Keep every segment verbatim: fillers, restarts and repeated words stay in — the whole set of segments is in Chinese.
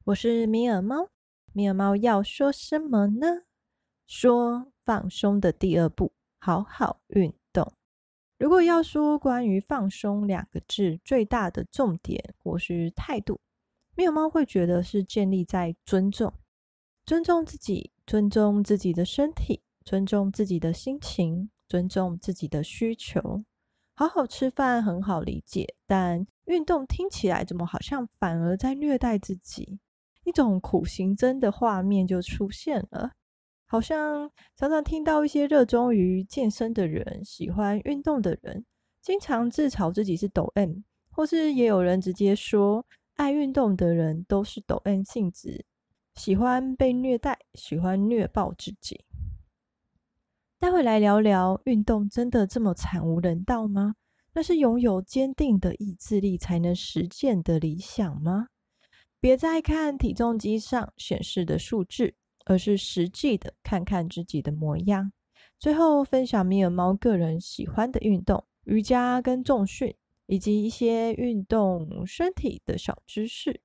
我是米尔猫，米尔猫要说什么呢？说放松的第二步，好好运动。如果要说关于放松两个字最大的重点或是态度，米尔猫会觉得是建立在尊重，尊重自己，尊重自己的身体，尊重自己的心情，尊重自己的需求。好好吃饭很好理解，但运动听起来怎么好像反而在虐待自己？一种苦行僧的画面就出现了，好像常常听到一些热衷于健身的人、喜欢运动的人，经常自嘲自己是抖 M，或是也有人直接说，爱运动的人都是抖 M 性质，喜欢被虐待，喜欢虐爆自己。待会来聊聊，运动真的这么惨无人道吗？那是拥有坚定的意志力才能实现的理想吗？别再看体重机上显示的数字，而是实际的看看自己的模样。最后分享米尔猫个人喜欢的运动，瑜伽跟重训，以及一些运动身体的小知识。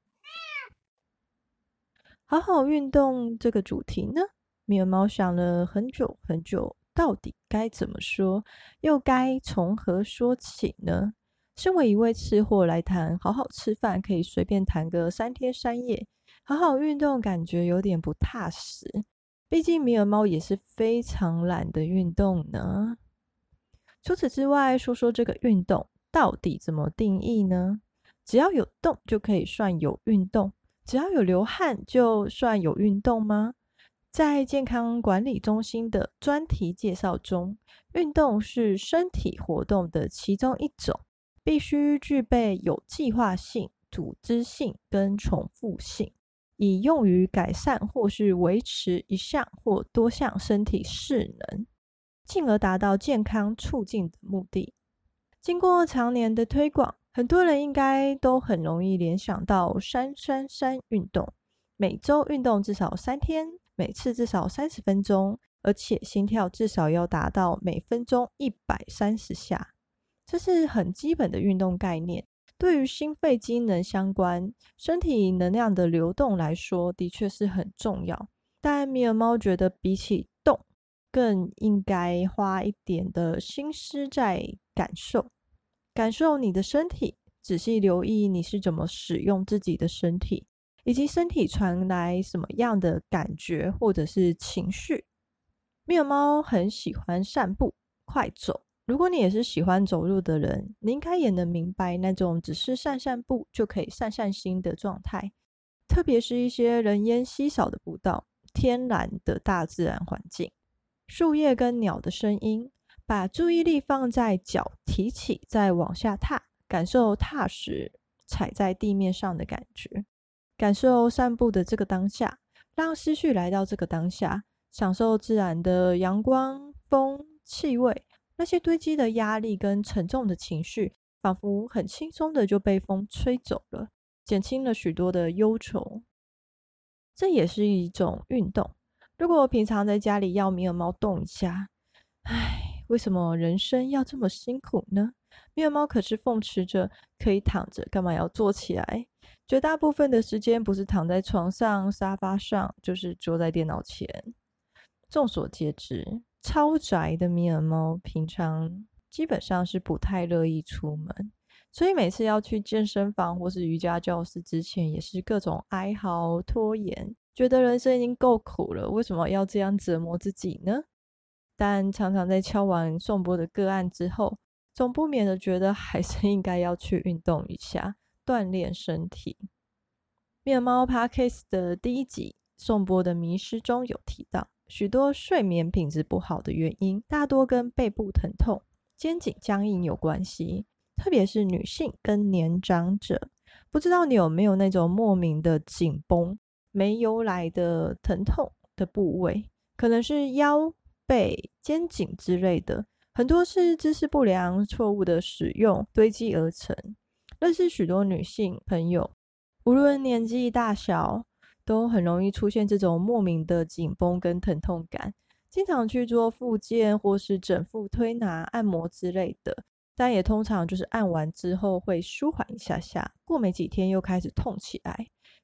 好好运动这个主题呢，米尔猫想了很久很久，到底该怎么说，又该从何说起呢？身为一位吃货来谈，好好吃饭可以随便谈个三天三夜，好好运动感觉有点不踏实。毕竟米尔猫也是非常懒的运动呢。除此之外，说说这个运动到底怎么定义呢？只要有动就可以算有运动？只要有流汗就算有运动吗？在健康管理中心的专题介绍中，运动是身体活动的其中一种，必须具备有计划性、组织性跟重复性，以用于改善或是维持一项或多项身体势能，进而达到健康促进的目的。经过常年的推广，很多人应该都很容易联想到三三三运动，每周运动至少三天，每次至少三十分钟，而且心跳至少要达到每分钟一百三十下。这是很基本的运动概念，对于心肺机能相关、身体能量的流动来说，的确是很重要。但米尔猫觉得比起动，更应该花一点的心思在感受。感受你的身体，仔细留意你是怎么使用自己的身体，以及身体传来什么样的感觉或者是情绪。米尔猫很喜欢散步、快走。如果你也是喜欢走路的人，你应该也能明白那种只是散散步就可以散散心的状态。特别是一些人烟稀少的步道、天然的大自然环境、树叶跟鸟的声音，把注意力放在脚提起再往下踏，感受踏实踩在地面上的感觉，感受散步的这个当下，让思绪来到这个当下，享受自然的阳光、风、气味，那些堆积的压力跟沉重的情绪，仿佛很轻松的就被风吹走了，减轻了许多的忧愁。这也是一种运动。如果平常在家里要米尔猫动一下，唉，为什么人生要这么辛苦呢？米尔猫可是奉持着可以躺着，干嘛要坐起来？绝大部分的时间不是躺在床上、沙发上，就是坐在电脑前。众所皆知，超宅的米尔猫平常基本上是不太乐意出门，所以每次要去健身房或是瑜伽教室之前，也是各种哀嚎、拖延，觉得人生已经够苦了，为什么要这样折磨自己呢？但常常在敲完颂钵的个案之后，总不免的觉得还是应该要去运动一下，锻炼身体。米尔猫 Podcast 的第一集颂钵的迷失中有提到，许多睡眠品质不好的原因，大多跟背部疼痛、肩颈僵硬有关系，特别是女性跟年长者。不知道你有没有那种莫名的紧绷、没由来的疼痛的部位，可能是腰、背、肩颈之类的，很多是姿势不良、错误的使用堆积而成。认识许多女性朋友，无论年纪大小，都很容易出现这种莫名的紧绷跟疼痛感，经常去做复健或是整复推拿、按摩之类的，但也通常就是按完之后会舒缓一下下，过没几天又开始痛起来。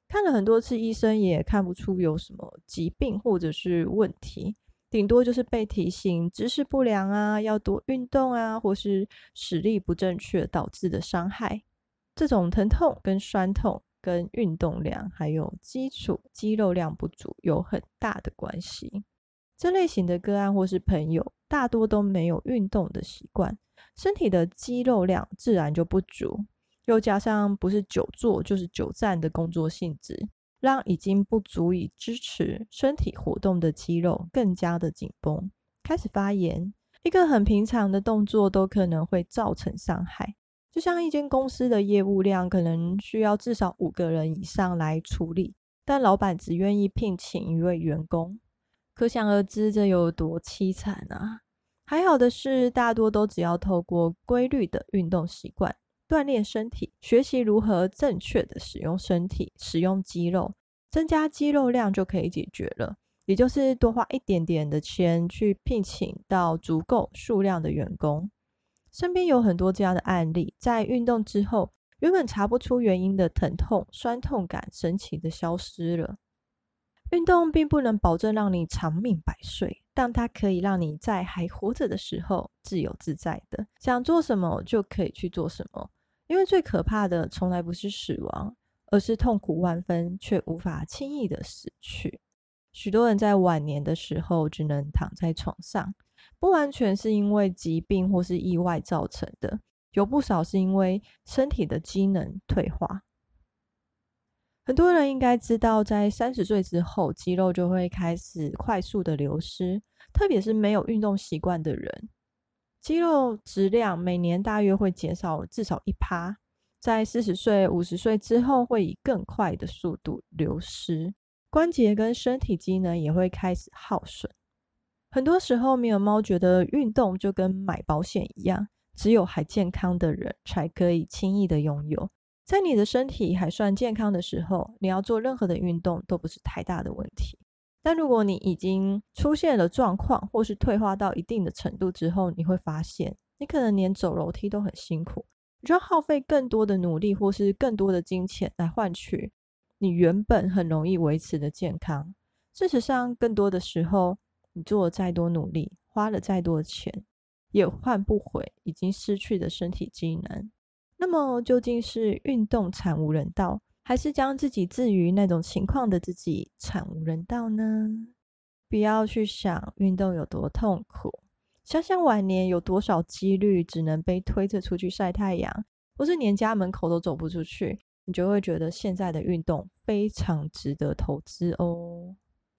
看了很多次医生也看不出有什么疾病或者是问题，顶多就是被提醒姿势不良啊，要多运动啊，或是使力不正确导致的伤害。这种疼痛跟酸痛跟运动量还有基础肌肉量不足有很大的关系。这类型的个案或是朋友大多都没有运动的习惯，身体的肌肉量自然就不足，又加上不是久坐就是久站的工作性质，让已经不足以支持身体活动的肌肉更加的紧绷，开始发炎。一个很平常的动作都可能会造成伤害，就像一间公司的业务量可能需要至少五个人以上来处理，但老板只愿意聘请一位员工，可想而知这有多凄惨啊。还好的是，大多都只要透过规律的运动习惯锻炼身体，学习如何正确的使用身体，使用肌肉，增加肌肉量就可以解决了。也就是多花一点点的钱去聘请到足够数量的员工。身边有很多这样的案例，在运动之后，原本查不出原因的疼痛、酸痛感神奇的消失了。运动并不能保证让你长命百岁，但它可以让你在还活着的时候自由自在的，想做什么就可以去做什么。因为最可怕的从来不是死亡，而是痛苦万分却无法轻易的死去。许多人在晚年的时候只能躺在床上，不完全是因为疾病或是意外造成的，有不少是因为身体的机能退化。很多人应该知道，在三十岁之后，肌肉就会开始快速的流失，特别是没有运动习惯的人，肌肉质量每年大约会减少至少 百分之一， 在四十岁、五十岁之后会以更快的速度流失，关节跟身体机能也会开始耗损。很多时候，米尔猫觉得运动就跟买保险一样，只有还健康的人才可以轻易的拥有。在你的身体还算健康的时候，你要做任何的运动都不是太大的问题。但如果你已经出现了状况，或是退化到一定的程度之后，你会发现你可能连走楼梯都很辛苦，你就要耗费更多的努力或是更多的金钱来换取你原本很容易维持的健康。事实上，更多的时候你做了再多努力，花了再多的钱，也换不回已经失去的身体机能。那么究竟是运动惨无人道，还是将自己置于那种情况的自己惨无人道呢？不要去想运动有多痛苦，想想晚年有多少几率只能被推着出去晒太阳，或是连家门口都走不出去，你就会觉得现在的运动非常值得投资哦。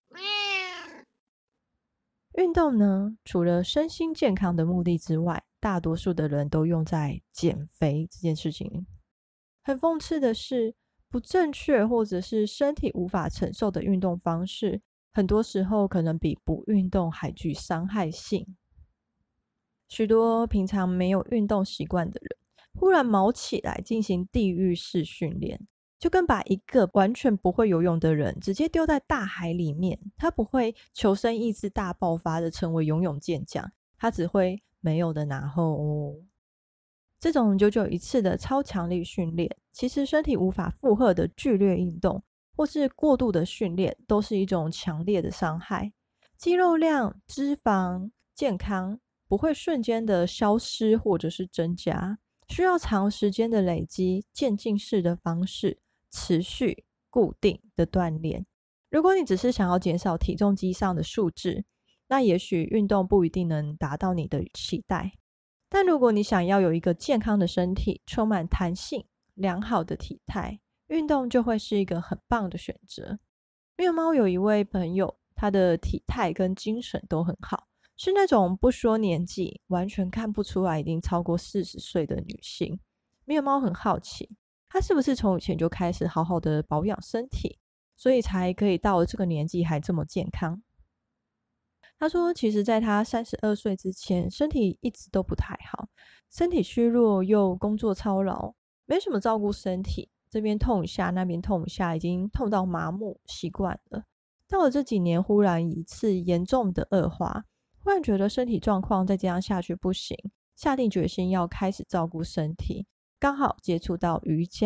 运动呢，除了身心健康的目的之外，大多数的人都用在减肥这件事情。很讽刺的是，不正确或者是身体无法承受的运动方式，很多时候可能比不运动还具伤害性。许多平常没有运动习惯的人，忽然毛起来进行地狱式训练，就跟把一个完全不会游泳的人直接丢在大海里面，他不会求生意志大爆发的成为游泳健将，他只会没有的拿后哦。这种久久一次的超强力训练，其实身体无法负荷的剧烈运动，或是过度的训练，都是一种强烈的伤害。肌肉量、脂肪、健康不会瞬间的消失或者是增加，需要长时间的累积，渐进式的方式，持续固定的锻炼。如果你只是想要减少体重机上的数字，那也许运动不一定能达到你的期待。但如果你想要有一个健康的身体，充满弹性、良好的体态，运动就会是一个很棒的选择。米尔猫有一位朋友，她的体态跟精神都很好，是那种不说年纪完全看不出来已经超过四十岁的女性。米尔猫很好奇，她是不是从以前就开始好好的保养身体，所以才可以到了这个年纪还这么健康。他说其实在他三十二岁之前，身体一直都不太好，身体虚弱又工作操劳，没什么照顾身体，这边痛一下那边痛一下，已经痛到麻木习惯了。到了这几年忽然一次严重的恶化，忽然觉得身体状况再这样下去不行，下定决心要开始照顾身体，刚好接触到瑜伽，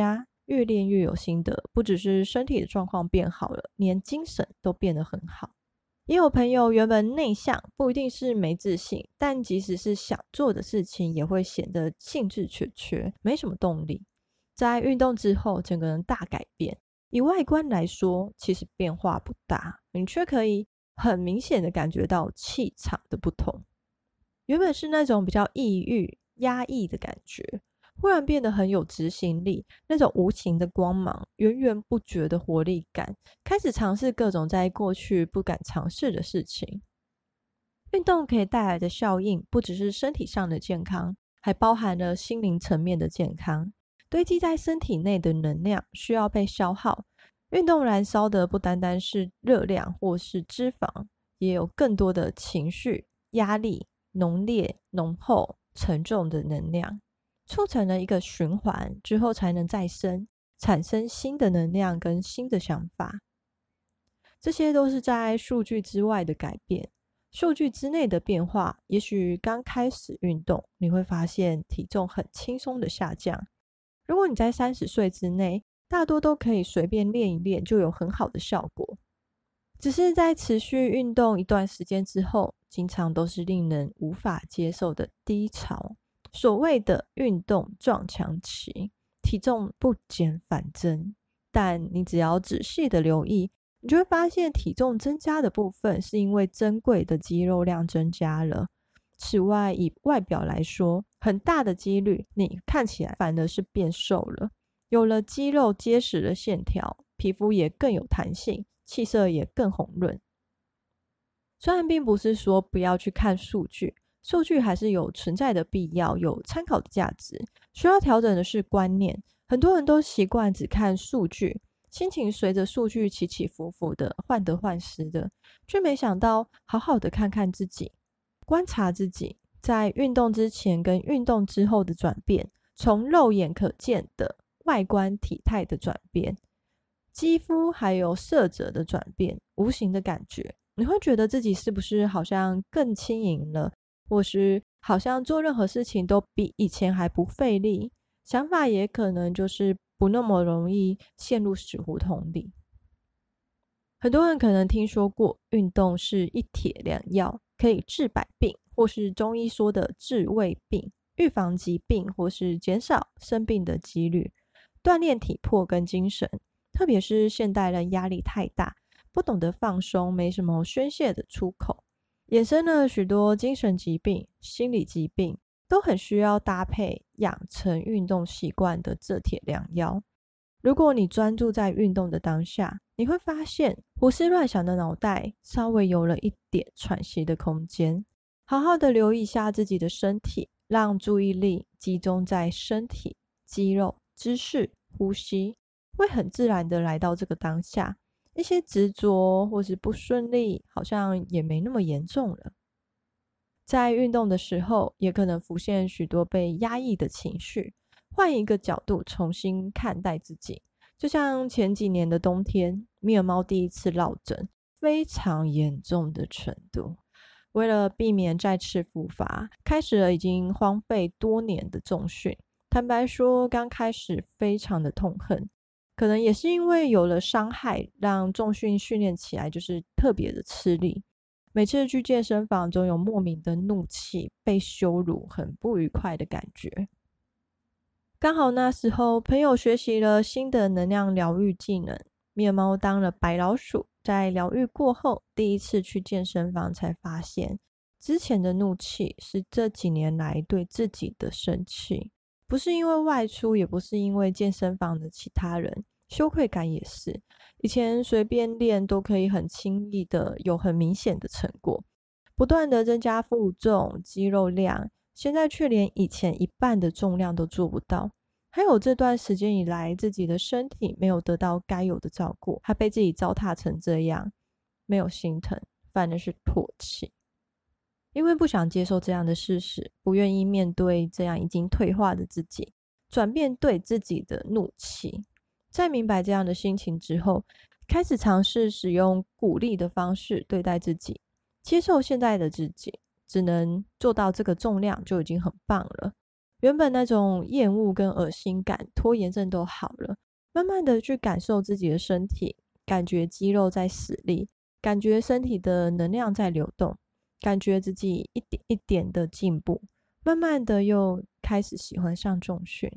越练越有心得，不只是身体的状况变好了，连精神都变得很好。也有朋友原本内向，不一定是没自信，但即使是想做的事情，也会显得兴致缺缺，没什么动力。在运动之后，整个人大改变。以外观来说，其实变化不大，你却可以很明显的感觉到气场的不同。原本是那种比较抑郁、压抑的感觉，忽然变得很有执行力，那种无形的光芒，源源不绝的活力感，开始尝试各种在过去不敢尝试的事情。运动可以带来的效应，不只是身体上的健康，还包含了心灵层面的健康。堆积在身体内的能量需要被消耗，运动燃烧的不单单是热量或是脂肪，也有更多的情绪、压力、浓烈、浓厚、沉重的能量，促成了一个循环之后才能再生，产生新的能量跟新的想法。这些都是在数据之外的改变。数据之内的变化，也许刚开始运动，你会发现体重很轻松的下降。如果你在三十岁之内，大多都可以随便练一练就有很好的效果。只是在持续运动一段时间之后，经常都是令人无法接受的低潮，所谓的运动撞墙期，体重不减反增。但你只要仔细的留意，你就会发现体重增加的部分是因为珍贵的肌肉量增加了。此外，以外表来说，很大的几率你看起来反而是变瘦了，有了肌肉结实的线条，皮肤也更有弹性，气色也更红润。虽然并不是说不要去看数据，数据还是有存在的必要，有参考的价值。需要调整的是观念，很多人都习惯只看数据，心情随着数据起起伏伏的，患得患失的，却没想到好好的看看自己，观察自己在运动之前跟运动之后的转变，从肉眼可见的外观体态的转变，肌肤还有色泽的转变，无形的感觉，你会觉得自己是不是好像更轻盈了，或是好像做任何事情都比以前还不费力，想法也可能就是不那么容易陷入死胡同里。很多人可能听说过运动是一帖良药，可以治百病，或是中医说的治胃病，预防疾病或是减少生病的几率，锻炼体魄跟精神。特别是现代人压力太大，不懂得放松，没什么宣泄的出口，衍生了许多精神疾病、心理疾病，都很需要搭配养成运动习惯的这帖良药。如果你专注在运动的当下，你会发现胡思乱想的脑袋稍微有了一点喘息的空间，好好的留意一下自己的身体，让注意力集中在身体、肌肉、姿势、呼吸，会很自然的来到这个当下，一些执着或是不顺利好像也没那么严重了。在运动的时候，也可能浮现许多被压抑的情绪，换一个角度重新看待自己。就像前几年的冬天，米尔猫第一次落枕，非常严重的程度。为了避免再次复发，开始了已经荒废多年的重训。坦白说，刚开始非常的痛恨，可能也是因为有了伤害，让重训训练起来就是特别的吃力。每次去健身房，总有莫名的怒气、被羞辱、很不愉快的感觉。刚好那时候，朋友学习了新的能量疗愈技能，米尔猫当了白老鼠。在疗愈过后，第一次去健身房才发现，之前的怒气是这几年来对自己的生气，不是因为外出，也不是因为健身房的其他人，羞愧感也是。以前随便练都可以很轻易的有很明显的成果，不断的增加负重、肌肉量，现在却连以前一半的重量都做不到。还有这段时间以来，自己的身体没有得到该有的照顾，还被自己糟蹋成这样，没有心疼，反而是唾弃。因为不想接受这样的事实，不愿意面对这样已经退化的自己，转变对自己的怒气。在明白这样的心情之后，开始尝试使用鼓励的方式对待自己，接受现在的自己，只能做到这个重量就已经很棒了。原本那种厌恶跟恶心感、拖延症都好了， 慢慢的去感受自己的身体，感觉肌肉在使力，感觉身体的能量在流动，感觉自己一点一点的进步，慢慢的又开始喜欢上重训。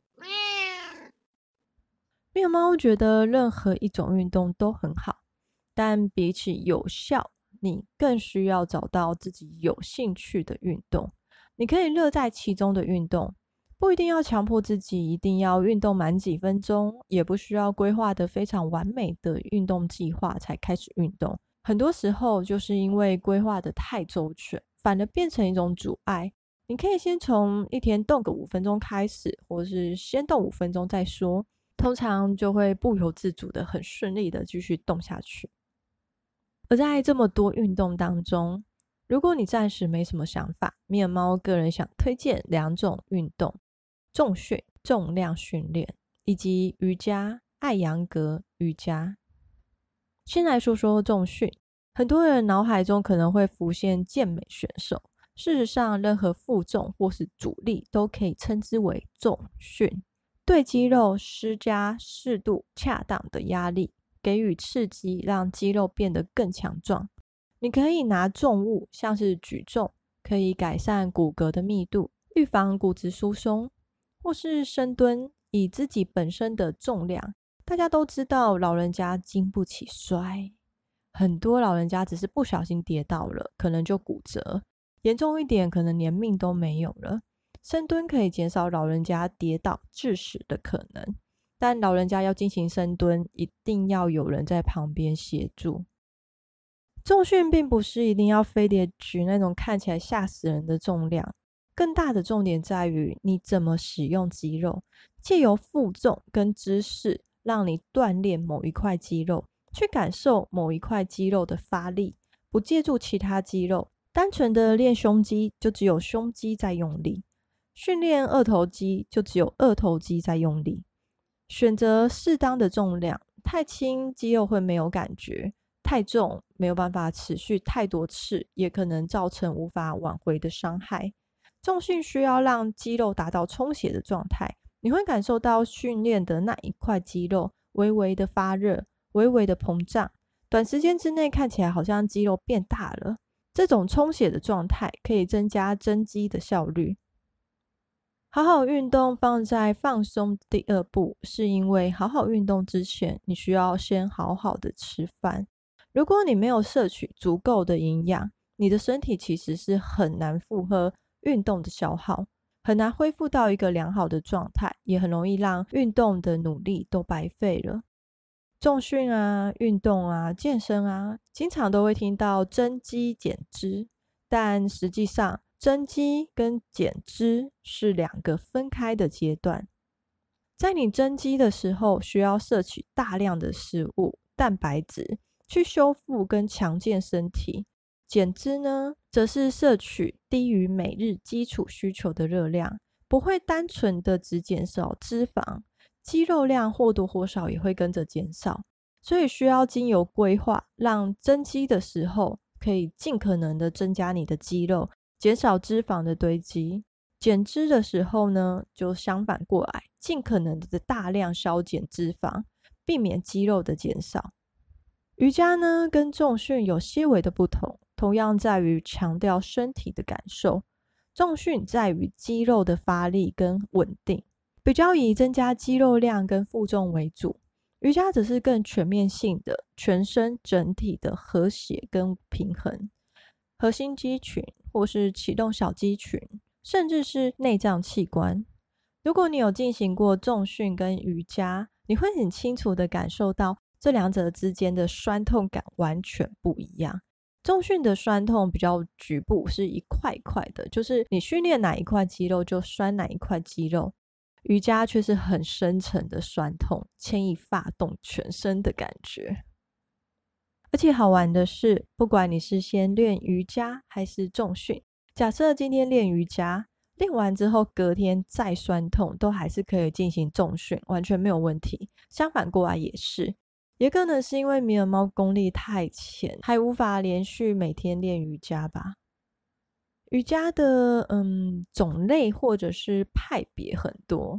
面猫觉得任何一种运动都很好，但比起有效，你更需要找到自己有兴趣的运动。你可以乐在其中的运动，不一定要强迫自己一定要运动满几分钟，也不需要规划的非常完美的运动计划才开始运动。很多时候就是因为规划的太周全，反而变成一种阻碍。你可以先从一天动个五分钟开始，或是先动五分钟再说，通常就会不由自主的很顺利的继续动下去。而在这么多运动当中，如果你暂时没什么想法，米尔猫个人想推荐两种运动：重训、重量训练，以及瑜伽、艾扬格瑜伽。先来说说重训，很多人脑海中可能会浮现健美选手，事实上，任何负重或是阻力都可以称之为重训。对肌肉施加适度恰当的压力，给予刺激，让肌肉变得更强壮。你可以拿重物，像是举重，可以改善骨骼的密度，预防骨质疏松，或是深蹲，以自己本身的重量。大家都知道，老人家经不起摔，很多老人家只是不小心跌倒了，可能就骨折，严重一点，可能连命都没有了。深蹲可以减少老人家跌倒致死的可能，但老人家要进行深蹲，一定要有人在旁边协助。重训并不是一定要非得举那种看起来吓死人的重量，更大的重点在于你怎么使用肌肉，借由负重跟姿势，让你锻炼某一块肌肉，去感受某一块肌肉的发力，不借助其他肌肉。单纯的练胸肌，就只有胸肌在用力；训练二头肌，就只有二头肌在用力。选择适当的重量，太轻肌肉会没有感觉，太重没有办法持续太多次，也可能造成无法挽回的伤害。重训需要让肌肉达到充血的状态，你会感受到训练的那一块肌肉微微的发热，微微的膨胀，短时间之内看起来好像肌肉变大了。这种充血的状态可以增加增肌的效率。好好运动放在放松第二步，是因为好好运动之前，你需要先好好的吃饭。如果你没有摄取足够的营养，你的身体其实是很难负荷运动的消耗，很难恢复到一个良好的状态，也很容易让运动的努力都白费了。重训啊、运动啊、健身啊，经常都会听到增肌减脂，但实际上增肌跟减脂是两个分开的阶段。在你增肌的时候，需要摄取大量的食物、蛋白质，去修复跟强健身体。减脂呢，则是摄取低于每日基础需求的热量，不会单纯的只减少脂肪，肌肉量或多或少也会跟着减少，所以需要经由规划，让增肌的时候可以尽可能的增加你的肌肉，减少脂肪的堆积。减脂的时候呢，就相反过来，尽可能的大量削减脂肪，避免肌肉的减少。瑜伽呢，跟重训有些微的不同，同样在于强调身体的感受。重训在于肌肉的发力跟稳定，比较以增加肌肉量跟负重为主。瑜伽则是更全面性的，全身整体的和谐跟平衡，核心肌群或是启动小肌群，甚至是内脏器官。如果你有进行过重训跟瑜伽，你会很清楚的感受到这两者之间的酸痛感完全不一样。重训的酸痛比较局部，是一块一块的，就是你训练哪一块肌肉就酸哪一块肌肉。瑜伽却是很深层的酸痛，牵一发动全身的感觉。而且好玩的是，不管你是先练瑜伽还是重训，假设今天练瑜伽，练完之后隔天再酸痛，都还是可以进行重训，完全没有问题。相反过来也是，也可能是因为米尔猫功力太浅，还无法连续每天练瑜伽吧。瑜伽的嗯种类或者是派别很多，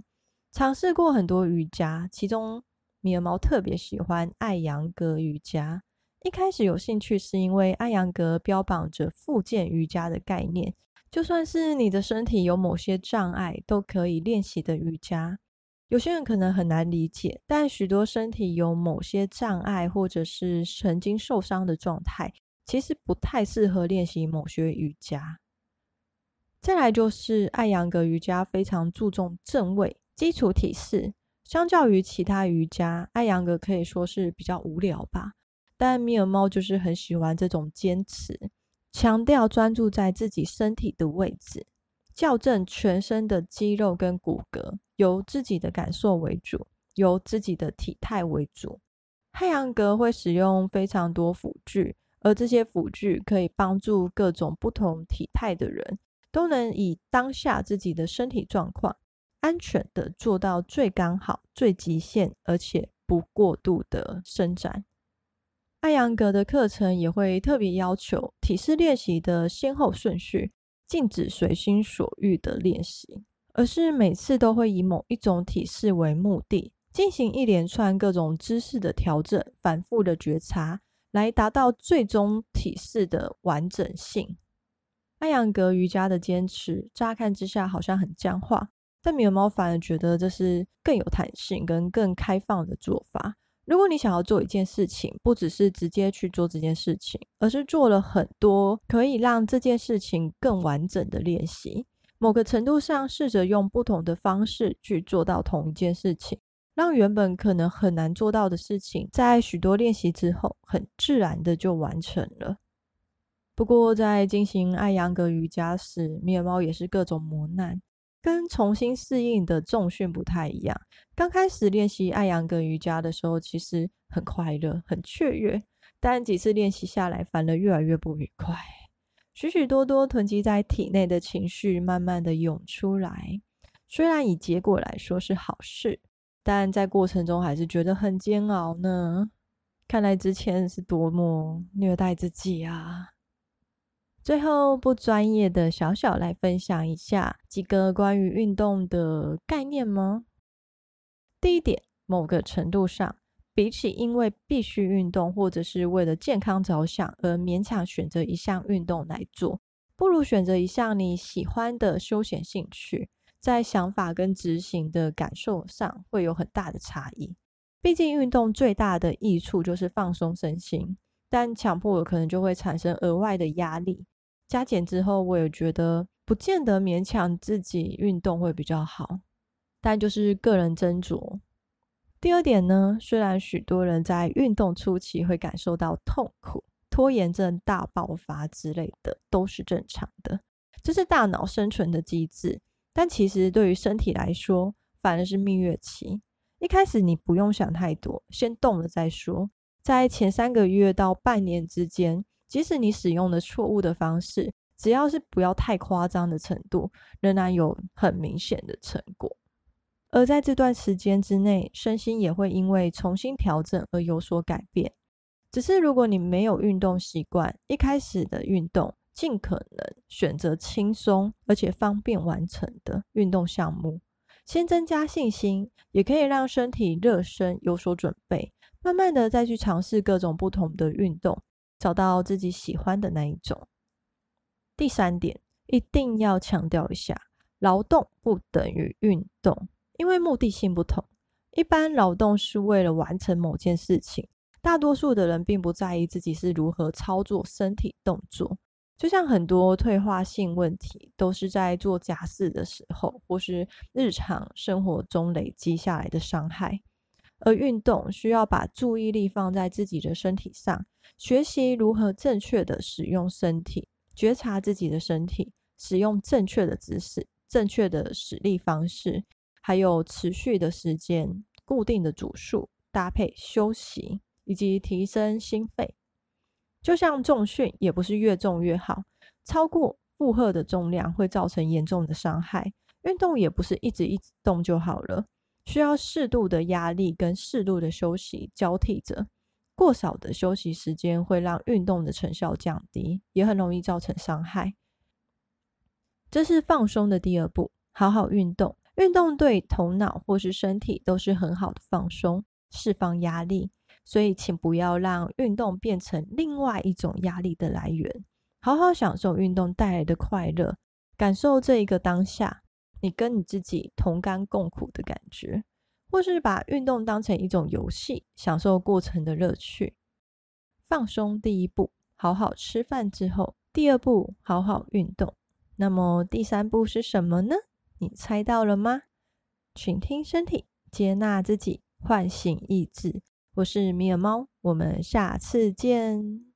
尝试过很多瑜伽，其中米尔猫特别喜欢艾扬格瑜伽。一开始有兴趣是因为艾扬格标榜着复健瑜伽的概念，就算是你的身体有某些障碍都可以练习的瑜伽。有些人可能很难理解，但许多身体有某些障碍或者是神经受伤的状态，其实不太适合练习某些瑜伽。再来就是艾扬格瑜伽非常注重正位、基础体式，相较于其他瑜伽，艾扬格可以说是比较无聊吧。但米尔猫就是很喜欢这种坚持，强调专注在自己身体的位置，校正全身的肌肉跟骨骼，由自己的感受为主，由自己的体态为主。艾扬格会使用非常多辅具，而这些辅具可以帮助各种不同体态的人都能以当下自己的身体状况，安全的做到最刚好、最极限，而且不过度的伸展。艾扬格的课程也会特别要求体式练习的先后顺序，禁止随心所欲的练习，而是每次都会以某一种体式为目的，进行一连串各种姿势的调整，反复的觉察，来达到最终体式的完整性。艾扬格瑜伽的坚持，乍看之下好像很僵化，但米尔猫反而觉得这是更有弹性跟更开放的做法。如果你想要做一件事情，不只是直接去做这件事情，而是做了很多可以让这件事情更完整的练习，某个程度上试着用不同的方式去做到同一件事情，让原本可能很难做到的事情，在许多练习之后，很自然的就完成了。不过在进行艾扬格瑜伽时，米尔猫也是各种磨难，跟重新适应的重训不太一样。刚开始练习艾扬格瑜伽的时候，其实很快乐，很雀跃，但几次练习下来，反而越来越不愉快。许许多多囤积在体内的情绪慢慢的涌出来，虽然以结果来说是好事，但在过程中还是觉得很煎熬呢。看来之前是多么虐待自己啊。最后，不专业的小小来分享一下几个关于运动的概念吗？第一点，某个程度上，比起因为必须运动或者是为了健康着想而勉强选择一项运动来做，不如选择一项你喜欢的休闲兴趣，在想法跟执行的感受上会有很大的差异。毕竟运动最大的益处就是放松身心，但强迫可能就会产生额外的压力。加减之后，我也觉得不见得勉强自己运动会比较好，但就是个人斟酌。第二点呢，虽然许多人在运动初期会感受到痛苦、拖延症大爆发之类的，都是正常的，这是大脑生存的机制。但其实对于身体来说，反而是蜜月期。一开始你不用想太多，先动了再说。在前三个月到半年之间，即使你使用了错误的方式，只要是不要太夸张的程度，仍然有很明显的成果。而在这段时间之内，身心也会因为重新调整而有所改变。只是如果你没有运动习惯，一开始的运动尽可能选择轻松而且方便完成的运动项目，先增加信心，也可以让身体热身有所准备，慢慢的再去尝试各种不同的运动，找到自己喜欢的那一种。第三点，一定要强调一下，劳动不等于运动，因为目的性不同。一般劳动是为了完成某件事情，大多数的人并不在意自己是如何操作身体动作。就像很多退化性问题都是在做家事的时候，或是日常生活中累积下来的伤害。而运动需要把注意力放在自己的身体上，学习如何正确的使用身体，觉察自己的身体，使用正确的姿势、正确的使力方式，还有持续的时间、固定的组数，搭配休息，以及提升心肺。就像重训也不是越重越好，超过负荷的重量会造成严重的伤害。运动也不是一直一直动就好了，需要适度的压力跟适度的休息交替着。过少的休息时间会让运动的成效降低，也很容易造成伤害。这是放松的第二步，好好运动。 运动对头脑或是身体都是很好的放松，释放压力，所以请不要让运动变成另外一种压力的来源，好好享受运动带来的快乐，感受这一个当下，你跟你自己同甘共苦的感觉，或是把运动当成一种游戏，享受过程的乐趣。放松第一步，好好吃饭之后，第二步，好好运动。那么第三步是什么呢？你猜到了吗？倾听身体，接纳自己，唤醒意志。我是米尔猫，我们下次见。